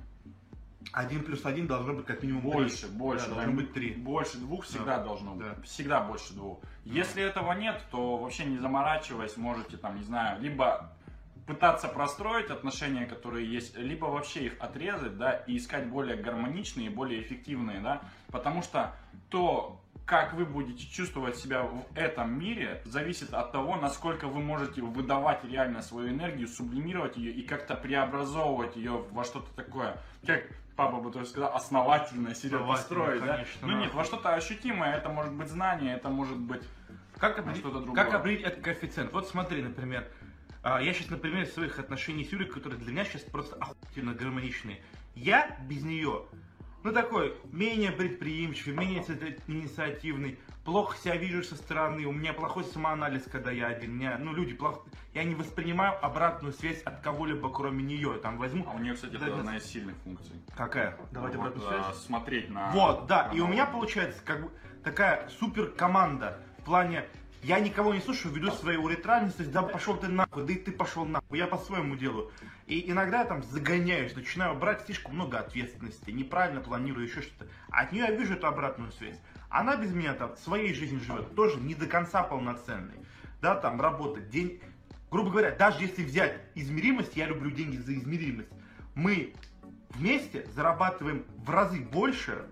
1 плюс 1 должно быть как минимум 3. Больше, Да, должно быть 3. Больше 2 всегда должно быть. Да. Всегда больше 2. Если этого нет, то вообще не заморачиваясь, можете там, не знаю, либо пытаться простроить отношения, которые есть, либо вообще их отрезать, да, и искать более гармоничные, более эффективные, да, потому что то, как вы будете чувствовать себя в этом мире, зависит от того, насколько вы можете выдавать реально свою энергию, сублимировать ее и как-то преобразовывать ее во что-то такое, как папа бы тоже сказал, основательное себе построить, да? Ну нет, во что-то ощутимое, это может быть знание, это может быть что-то другое. Как определить этот коэффициент? Вот смотри, например, я сейчас на примере своих отношений с Юлей, которые для меня сейчас просто охуительно гармоничные. Я без нее, ну такой, менее предприимчивый, менее инициативный, плохо себя вижу со стороны, у меня плохой самоанализ, когда я один, меня, ну люди плохо, я не воспринимаю обратную связь от кого-либо, кроме нее, там возьму. А у нее, кстати, это одна из сильных функций. Какая? Давайте Вот, обратную связь. смотреть на... Вот, да, и у меня получается как бы такая супер команда в плане, я никого не слушаю, веду свою уретральность, да пошел ты нахуй, да и ты пошел нахуй, я по-своему делаю. И иногда я там загоняюсь, начинаю брать слишком много ответственности, неправильно планирую, еще что-то. А от нее я вижу эту обратную связь. Она без меня там своей жизнью живет, тоже не до конца полноценной. Да, там работать, день... Грубо говоря, даже если взять измеримость, я люблю деньги за измеримость, мы вместе зарабатываем в разы больше,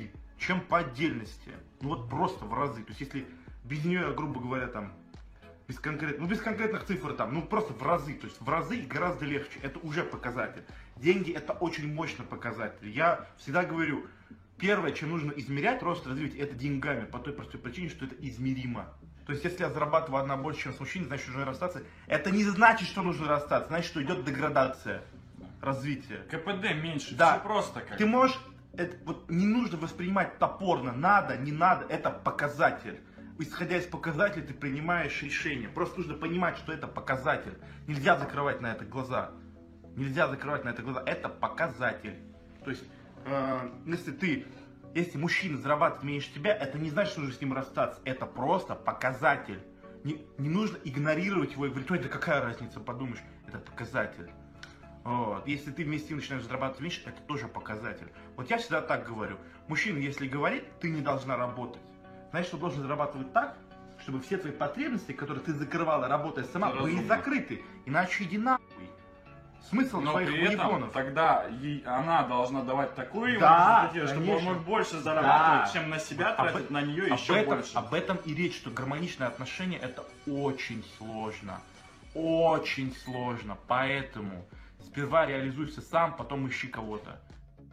чем по отдельности. Ну вот просто в разы. То есть если без нее, грубо говоря, там, без конкретных цифр там, ну просто в разы, то есть в разы гораздо легче, это уже показатель. Деньги это очень мощный показатель. Я всегда говорю, первое, чем нужно измерять рост развития, это деньгами, по той простой причине, что это измеримо. То есть, если я зарабатываю одна больше, чем с мужчиной, значит, нужно расстаться. Это не значит, что нужно расстаться, значит, что идет деградация, развитие. КПД меньше, Да. все просто как. Ты можешь, вот не нужно воспринимать топорно, надо, не надо, это показатель. Исходя из показателей, ты принимаешь решение. Просто нужно понимать, что это показатель. Нельзя закрывать на это глаза. Нельзя закрывать на это глаза. Это показатель. То есть, если мужчина зарабатывает меньше тебя, это не значит, что нужно с ним расстаться. Это просто показатель. Не нужно игнорировать его и говорить, ой, да какая разница, подумаешь. Это показатель. Вот. Если ты вместе с ним начинаешь зарабатывать меньше, это тоже показатель. Вот я всегда так говорю. Мужчина, если говорит, ты не должна работать, значит, он должен зарабатывать так, чтобы все твои потребности, которые ты закрывала, работая сама, были закрыты. Иначе иди нахуй. Смысл Но твоих при этом уебонов. тогда она должна давать такую Да, ему, чтобы конечно. он мог больше зарабатывать, Да. чем на себя тратить, на нее еще больше. Об этом и речь, что гармоничные отношения это очень сложно. Очень сложно. Поэтому сперва реализуйся сам, потом ищи кого-то.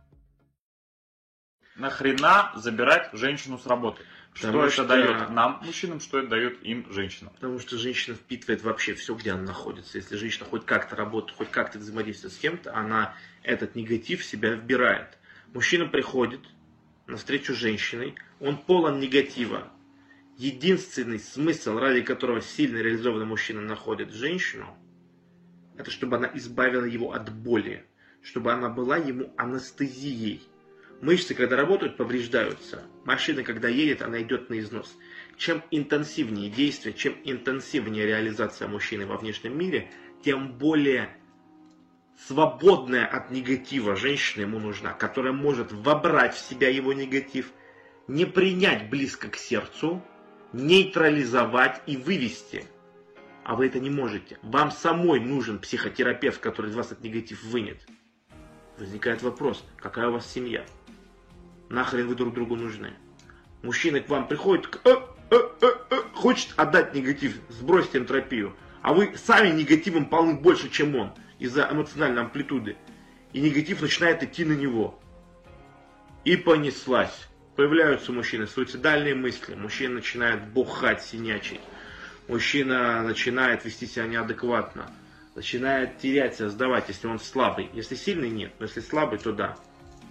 Нахрена забирать женщину с работы? Что Потому это что- дает нам, мужчинам, что это дает им, женщинам? Потому что женщина впитывает вообще все, где она находится. Если женщина хоть как-то работает, хоть как-то взаимодействует с кем-то, она этот негатив в себя вбирает. Мужчина приходит на встречу с женщиной, он полон негатива. Единственный смысл, ради которого сильно реализованный мужчина находит женщину, это чтобы она избавила его от боли, чтобы она была ему анестезией. Мышцы, когда работают, повреждаются. Машина, когда едет, она идет на износ. Чем интенсивнее действие, чем интенсивнее реализация мужчины во внешнем мире, тем более свободная от негатива женщина ему нужна, которая может вобрать в себя его негатив, не принять близко к сердцу, нейтрализовать и вывести. А вы это не можете. Вам самой нужен психотерапевт, который из вас этот негатив вынет. Возникает вопрос, какая у вас семья? Нахрен вы друг другу нужны? Мужчина к вам приходит, хочет отдать негатив, сбросьте энтропию. А вы сами негативом полны больше, чем он, из-за эмоциональной амплитуды. И негатив начинает идти на него. И понеслась. Появляются у мужчины суицидальные мысли. Мужчина начинает бухать, синячить. Мужчина начинает вести себя неадекватно. Начинает терять себя, сдавать, если он слабый. Если сильный, нет. Но если слабый, то да.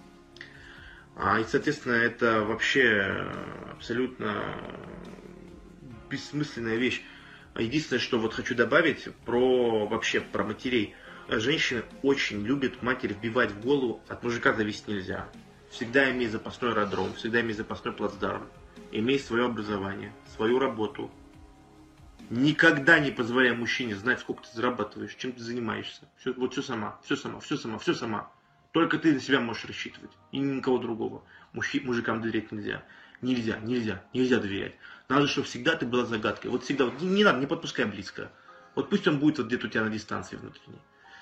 И, соответственно, это вообще абсолютно бессмысленная вещь. Единственное, что вот хочу добавить вообще про матерей. Женщины очень любят матери вбивать в голову, от мужика зависеть нельзя. Всегда имей запасной аэродром, всегда имей запасной плацдарм. Имей свое образование, свою работу. Никогда не позволяй мужчине знать, сколько ты зарабатываешь, чем ты занимаешься. Все сама. Только ты на себя можешь рассчитывать. И никого другого. Мужикам доверять нельзя. Нельзя доверять. Надо, чтобы всегда ты была загадкой. Вот всегда, не надо, не подпускай близко. Вот пусть он будет вот где-то у тебя на дистанции внутренней.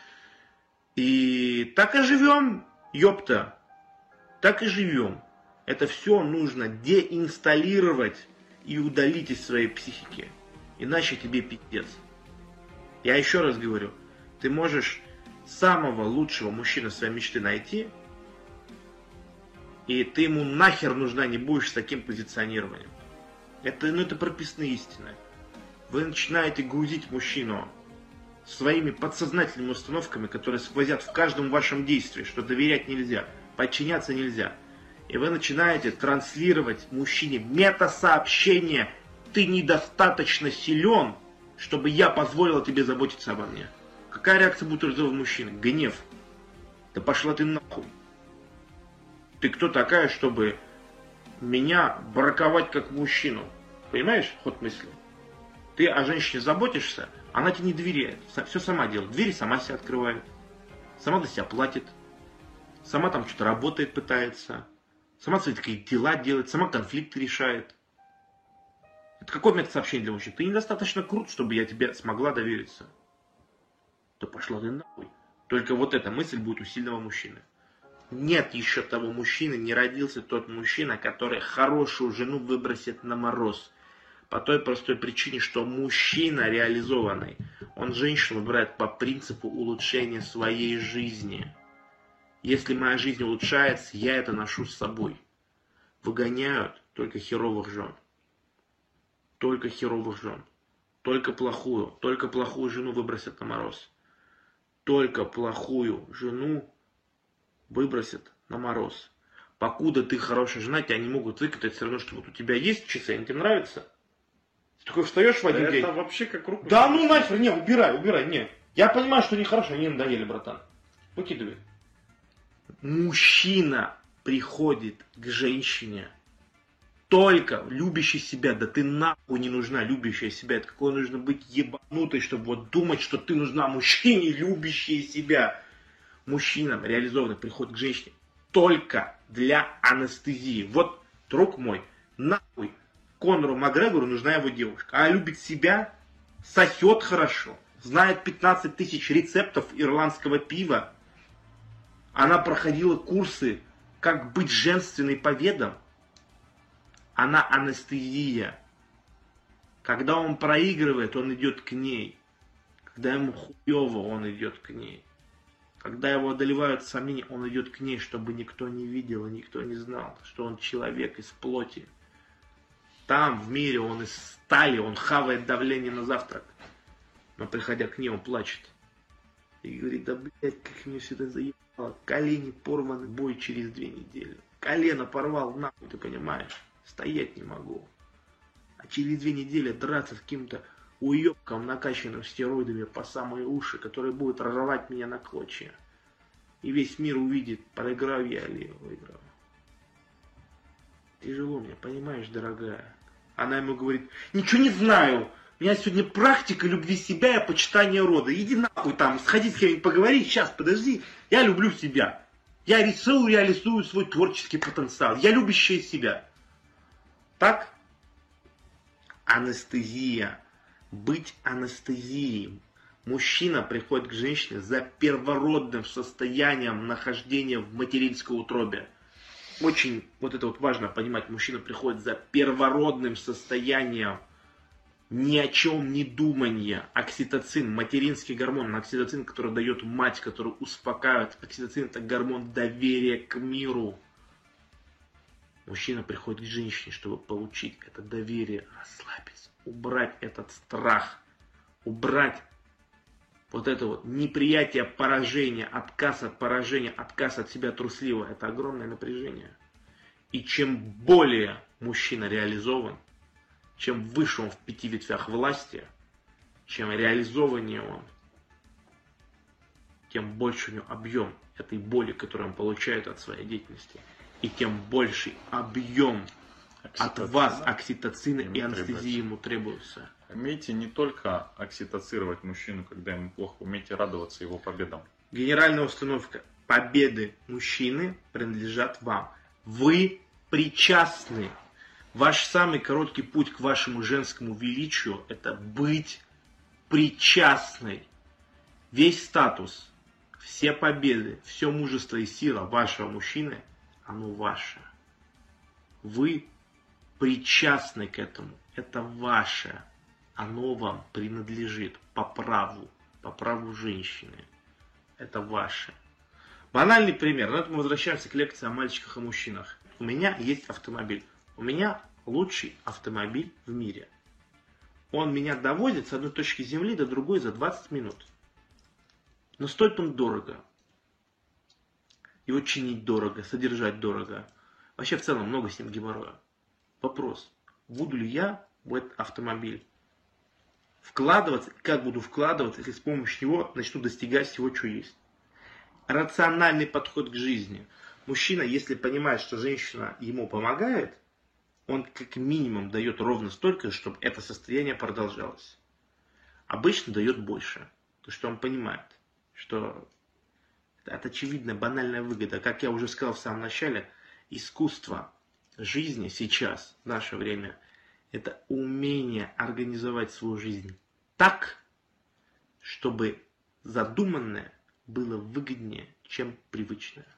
И так и живем, ёпта. Так и живем. Это все нужно деинсталлировать и удалить из своей психики. Иначе тебе пиздец. Я еще раз говорю, ты можешь самого лучшего мужчину своей мечты найти, и ты ему нахер нужна не будешь с таким позиционированием. Это прописные истины. Вы начинаете грузить мужчину своими подсознательными установками, которые сквозят в каждом вашем действии, что доверять нельзя, подчиняться нельзя. И вы начинаете транслировать мужчине метасообщение: ты недостаточно силен, чтобы я позволила тебе заботиться обо мне. Какая реакция будет у этого мужчины? Гнев. Да пошла ты нахуй. Ты кто такая, чтобы меня браковать как мужчину? Понимаешь ход мысли? Ты о женщине заботишься, она тебе не доверяет. Все сама делает. Двери сама себе открывает. Сама за себя платит. Сама там что-то работает, пытается. Сама свои такие дела делает. Сама конфликты решает. Это какой метод сообщения для мужчин? Ты недостаточно крут, чтобы я тебе смогла довериться. Да пошла ты нахуй. Только вот эта мысль будет у сильного мужчины. Нет еще того мужчины, не родился тот мужчина, который хорошую жену выбросит на мороз. По той простой причине, что мужчина реализованный, он женщину выбирает по принципу улучшения своей жизни. Если моя жизнь улучшается, я это ношу с собой. Выгоняют только херовых жен. Только херовых жен. Только плохую жену выбросят на мороз. Только плохую жену выбросят на мороз. Покуда ты хорошая жена, тебя не могут выкатать, все равно, что вот у тебя есть часы, они тебе нравятся? Ты такой встаешь в один день. Это вообще как руку. Да ну нахер, не, убирай, не. Я понимаю, что нехорошо, они надоели, братан. Выкидывай. Мужчина приходит к женщине только любящий себя. Да ты нахуй не нужна любящая себя. Это какой нужно быть ебанутой, чтобы вот думать, что ты нужна мужчине, любящей себя. Мужчина реализованный приходит к женщине только для анестезии. Вот, друг мой, нахуй Конору Макгрегору нужна его девушка. А любит себя, сосет хорошо, знает 15 тысяч рецептов ирландского пива. Она проходила курсы, как быть женственной по ведам. Она анестезия. Когда он проигрывает, он идет к ней. Когда ему хуево, он идет к ней. Когда его одолевают сомнения, он идет к ней, чтобы никто не видел и никто не знал, что он человек из плоти. Там, в мире, он из стали, он хавает давление на завтрак. Но приходя к ней, он плачет. И говорит, да блядь, как мне все это заебало. Колени порваны, бой через 2 недели. Колено порвал, нахуй, ты понимаешь? Стоять не могу. А через 2 недели драться с каким-то уебком, накачанным стероидами по самые уши, который будет разорвать меня на клочья. И весь мир увидит, проиграл я или выиграл. Тяжело мне, понимаешь, дорогая? Она ему говорит, ничего не знаю. У меня сегодня практика любви себя и почитания рода. Иди нахуй там, сходи с кем-нибудь поговори. Сейчас, подожди. Я люблю себя. Я реализую свой творческий потенциал. Я любящая себя. Так? Анестезия. Быть анестезией. Мужчина приходит к женщине за первородным состоянием нахождения в материнской утробе. Очень вот это вот важно понимать. Мужчина приходит за первородным состоянием ни о чем не думания. Окситоцин, материнский гормон. Окситоцин, который дает мать, который успокаивает. Окситоцин — это гормон доверия к миру. Мужчина приходит к женщине, чтобы получить это доверие, расслабиться, убрать этот страх, убрать вот это вот неприятие поражения, отказ от поражения, отказ от себя трусливого. Это огромное напряжение. И чем более мужчина реализован, чем выше он в 5 ветвях власти, чем реализованнее он, тем больше у него объем этой боли, которую он получает от своей деятельности. И тем больший объем от вас окситоцина и анестезии ему требуется. Умейте не только окситоцировать мужчину, когда ему плохо, умейте радоваться его победам. Генеральная установка. Победы мужчины принадлежат вам. Вы причастны. Ваш самый короткий путь к вашему женскому величию – это быть причастной. Весь статус, все победы, все мужество и сила вашего мужчины, оно ваше. Вы причастны к этому. Это ваше. Оно вам принадлежит по праву женщины. Это ваше. Банальный пример. Но это мы возвращаемся к лекции о мальчиках и мужчинах. У меня есть автомобиль. У меня лучший автомобиль в мире. Он меня довозит с одной точки земли до другой за 20 минут. Но стоит он дорого. Его чинить дорого, содержать дорого. Вообще в целом много с ним геморроя. Вопрос. Буду ли я в этот автомобиль вкладываться, как буду вкладываться, если с помощью него начну достигать всего, что есть. Рациональный подход к жизни. Мужчина, если понимает, что женщина ему помогает, он как минимум дает ровно столько, чтобы это состояние продолжалось. Обычно дает больше. Потому что он понимает, что это очевидная банальная выгода. Как я уже сказал в самом начале, искусство жизни сейчас, в наше время, это умение организовать свою жизнь так, чтобы задуманное было выгоднее, чем привычное.